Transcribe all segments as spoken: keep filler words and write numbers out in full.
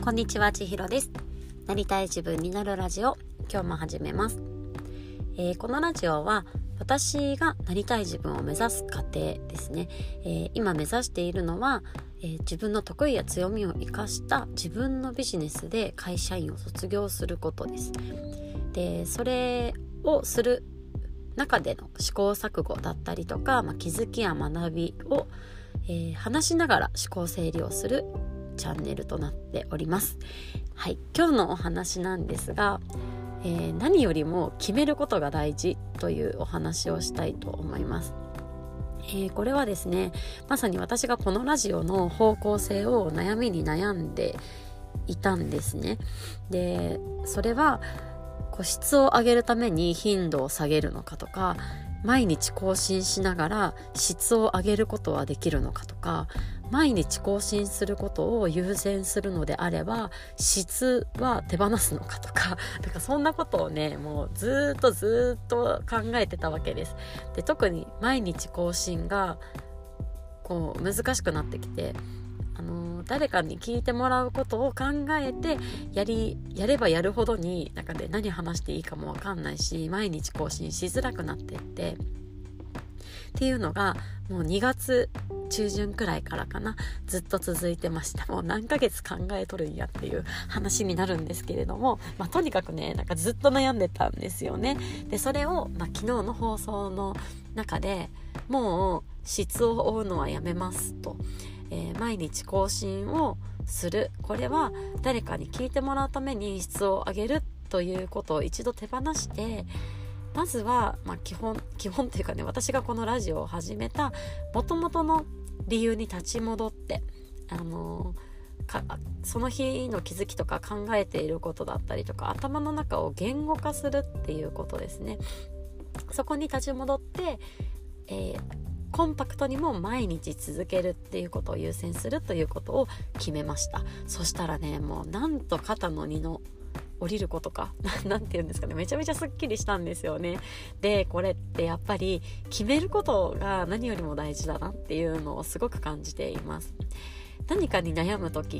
こんにちは、ちひろです。なりたい自分になるラジオ、今日も始めます。えー、このラジオは私がなりたい自分を目指す過程ですね。えー、今目指しているのは、えー、自分の得意や強みを生かした自分のビジネスで会社員を卒業することです。で、それをする中での試行錯誤だったりとか、まあ、気づきや学びを、えー、話しながら思考整理をするチャンネルとなっております。はい、今日のお話なんですが、えー、何よりも決めることが大事というお話をしたいと思います。えー、これはですね、まさに私がこのラジオの方向性を悩みに悩んでいたんですね。で、それはこう質を上げるために頻度を下げるのかとか、毎日更新しながら質を上げることはできるのかとか、毎日更新することを優先するのであれば質は手放すのかとか、なんかそんなことをね、もうずっとずっと考えてたわけです。で、特に毎日更新がこう難しくなってきて、あの誰かに聞いてもらうことを考えてやりやればやるほどになんかで何話していいかも分かんないし、毎日更新しづらくなっていってっていうのがもうにがつ中旬くらいからかな、ずっと続いてました。もう何ヶ月考えとるんやっていう話になるんですけれども、まあ、とにかくね、なんかずっと悩んでたんですよね。で、それを、まあ、昨日の放送の中でもう質を追うのはやめますと、えー、毎日更新をする、これは誰かに聞いてもらうために質を上げるということを一度手放して、まずは、まあ、基本基本っていうかね、私がこのラジオを始めた元々の理由に立ち戻って、あのー、かその日の気づきとか考えていることだったりとか、頭の中を言語化するっていうことですね。そこに立ち戻って、えー、コンパクトにも毎日続けるっていうことを優先するということを決めました。そしたらね、もうなんと肩の荷の降りることかなんて言うんですかね、めちゃめちゃすっきりしたんですよね。で、これってやっぱり決めることが何よりも大事だなっていうのをすごく感じています。何かに悩む時って、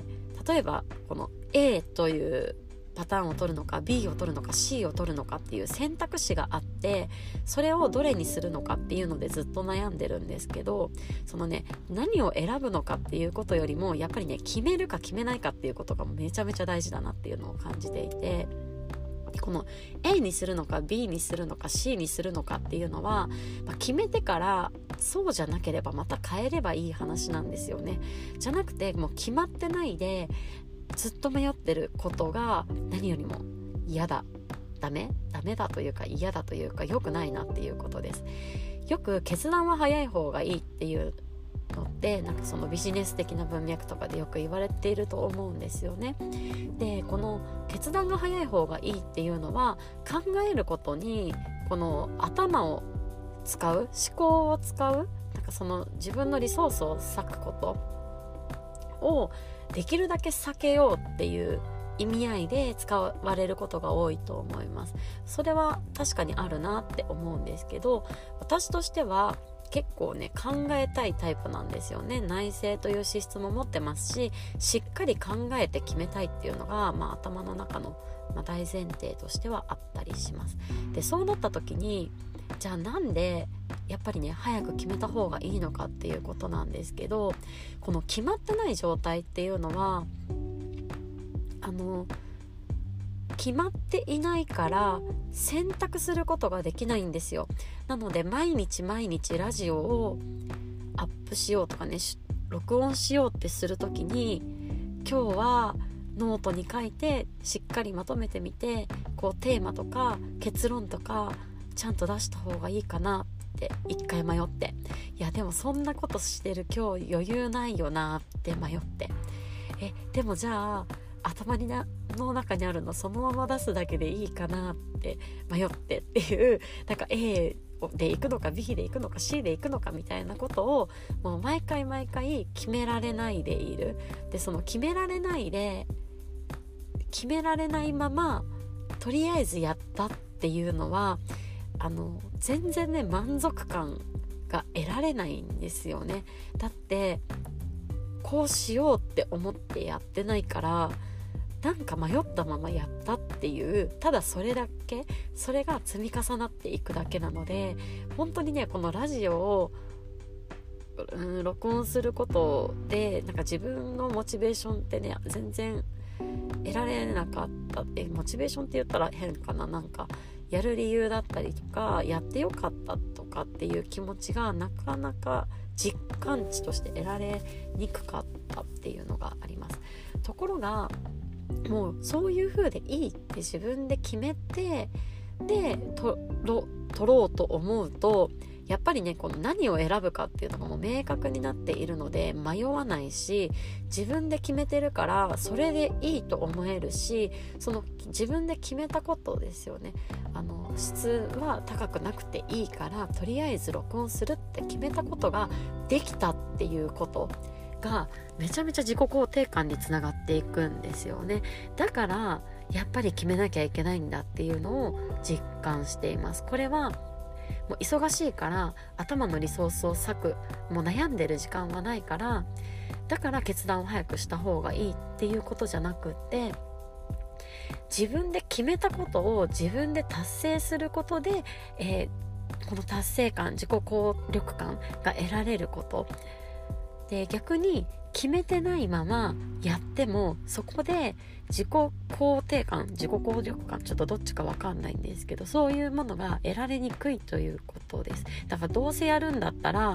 例えばこの A というパターンを取るのか B を取るのか C を取るのかっていう選択肢があって、それをどれにするのかっていうのでずっと悩んでるんですけど、そのね、何を選ぶのかっていうことよりもやっぱりね、決めるか決めないかっていうことがめちゃめちゃ大事だなっていうのを感じていて、この A にするのか B にするのか C にするのかっていうのは、まあ、決めてからそうじゃなければまた変えればいい話なんですよね。じゃなくて、もう決まってないでずっと迷ってることが何よりも嫌だ、ダメダメだというか嫌だというか良くないなっていうことです。よく決断は早い方がいいっていうのって、なんかそのビジネス的な文脈とかでよく言われていると思うんですよね。で、この決断が早い方がいいっていうのは、考えることにこの頭を使う、思考を使う、なんかその自分のリソースを割くことをできるだけ避けようっていう意味合いで使われることが多いと思います。それは確かにあるなって思うんですけど、私としては結構ね、考えたいタイプなんですよね。内省という資質も持ってますし、しっかり考えて決めたいっていうのが、まあ、頭の中の、まあ、大前提としてはあったりします。で、そうなった時に、じゃあなんでやっぱりね、早く決めた方がいいのかっていうことなんですけど、この決まってない状態っていうのは、あの決まっていないから選択することができないんですよ。なので毎日毎日ラジオをアップしようとかね、録音しようってするときに、今日はノートに書いてしっかりまとめてみて、こうテーマとか結論とかちゃんと出した方がいいかなって一回迷って、いやでもそんなことしてる今日余裕ないよなって迷って、えでもじゃあ頭になの中にあるのそのまま出すだけでいいかなって迷ってっていう、なんか A で行くのか B で行くのか C で行くのかみたいなことをもう毎回毎回決められないでいる。で、その決められないで決められないままとりあえずやったっていうのは、あの全然ね、満足感が得られないんですよね。だってこうしようって思ってやってないから、なんか迷ったままやったっていう、ただそれだけ、それが積み重なっていくだけなので、本当にねこのラジオを、うん、録音することでなんか自分のモチベーションってね全然得られなかったえモチベーションって言ったら変かな、なんかやる理由だったりとかやってよかったとかっていう気持ちがなかなか実感値として得られにくかったっていうのがあります。ところがもうそういう風でいいって自分で決めて、でとろ取ろうと思うと、やっぱりねこの何を選ぶかっていうのがもう明確になっているので迷わないし、自分で決めてるからそれでいいと思えるし、その自分で決めたことですよね、あの質は高くなくていいからとりあえず録音するって決めたことができたっていうことがめちゃめちゃ自己肯定感につながっていくんですよね。だからやっぱり決めなきゃいけないんだっていうのを実感しています。これはもう忙しいから頭のリソースを割く、もう悩んでる時間はないから、だから決断を早くした方がいいっていうことじゃなくって、自分で決めたことを自分で達成することで、えー、この達成感、自己効力感が得られることで、逆に決めてないままやってもそこで自己肯定感、自己効力感、ちょっとどっちか分かんないんですけど、そういうものが得られにくいということです。だからどうせやるんだったら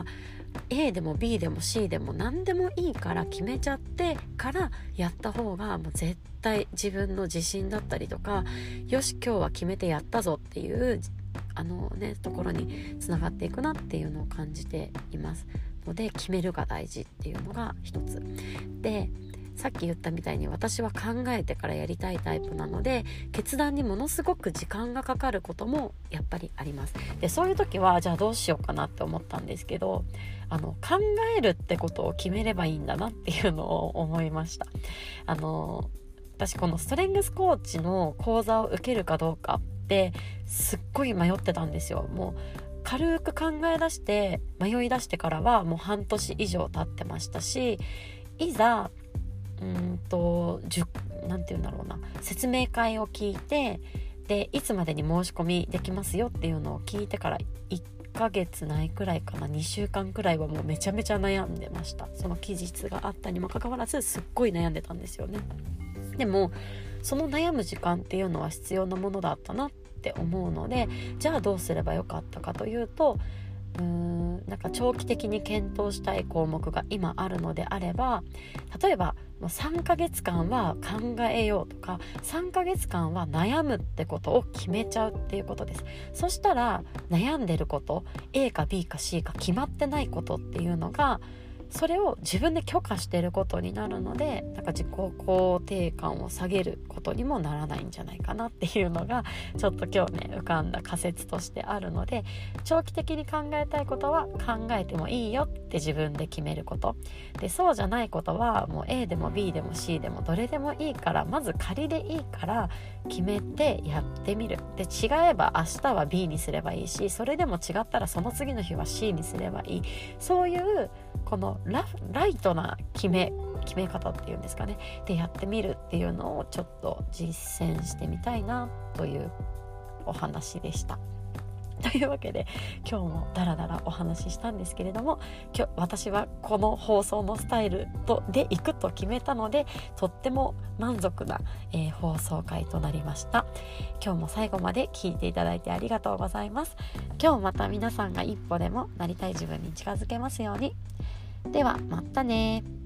A でも B でも C でも何でもいいから決めちゃってからやった方がもう絶対自分の自信だったりとか、よし今日は決めてやったぞっていうあのねところにつながっていくなっていうのを感じていますので、決めるが大事っていうのが一つで、さっき言ったみたいに私は考えてからやりたいタイプなので、決断にものすごく時間がかかることもやっぱりあります。でそういう時はじゃあどうしようかなって思ったんですけど、あの考えるってことを決めればいいんだなっていうのを思いました。あの私このストレングスコーチの講座を受けるかどうかってすっごい迷ってたんですよ。もう軽く考え出して迷い出してからはもう半年以上経ってましたし、いざうーんとなんていうんだろうな説明会を聞いて、でいつまでに申し込みできますよっていうのを聞いてからいっかげつないくらいかな、にしゅうかんくらいはもうめちゃめちゃ悩んでました。その期日があったにもかかわらずすっごい悩んでたんですよね。でもその悩む時間っていうのは必要なものだったなって思うので、じゃあどうすればよかったかというと、うーんなんか長期的に検討したい項目が今あるのであれば、例えばもうさんかげつかんは考えようとか、さんかげつかんは悩むってことを決めちゃうっていうことです。そしたら悩んでること A か B か C か決まってないことっていうのが、それを自分で許可していることになるので、なんか自己肯定感を下げることにもならないんじゃないかなっていうのがちょっと今日ね浮かんだ仮説としてあるので、長期的に考えたいことは考えてもいいよって自分で決めることで、そうじゃないことはもう A でも B でも C でもどれでもいいから、まず仮でいいから決めてやってみる。で違えば明日は B にすればいいし、それでも違ったらその次の日は C にすればいい。そういうこの ラ, ライトな決め決め方っていうんですかね、でやってみるっていうのをちょっと実践してみたいなというお話でした。というわけで今日もダラダラお話ししたんですけれども、今日私はこの放送のスタイルとでいくと決めたので、とっても満足な、えー、放送回となりました。今日も最後まで聞いていただいてありがとうございます。今日また皆さんが一歩でもなりたい自分に近づけますように。ではまたね。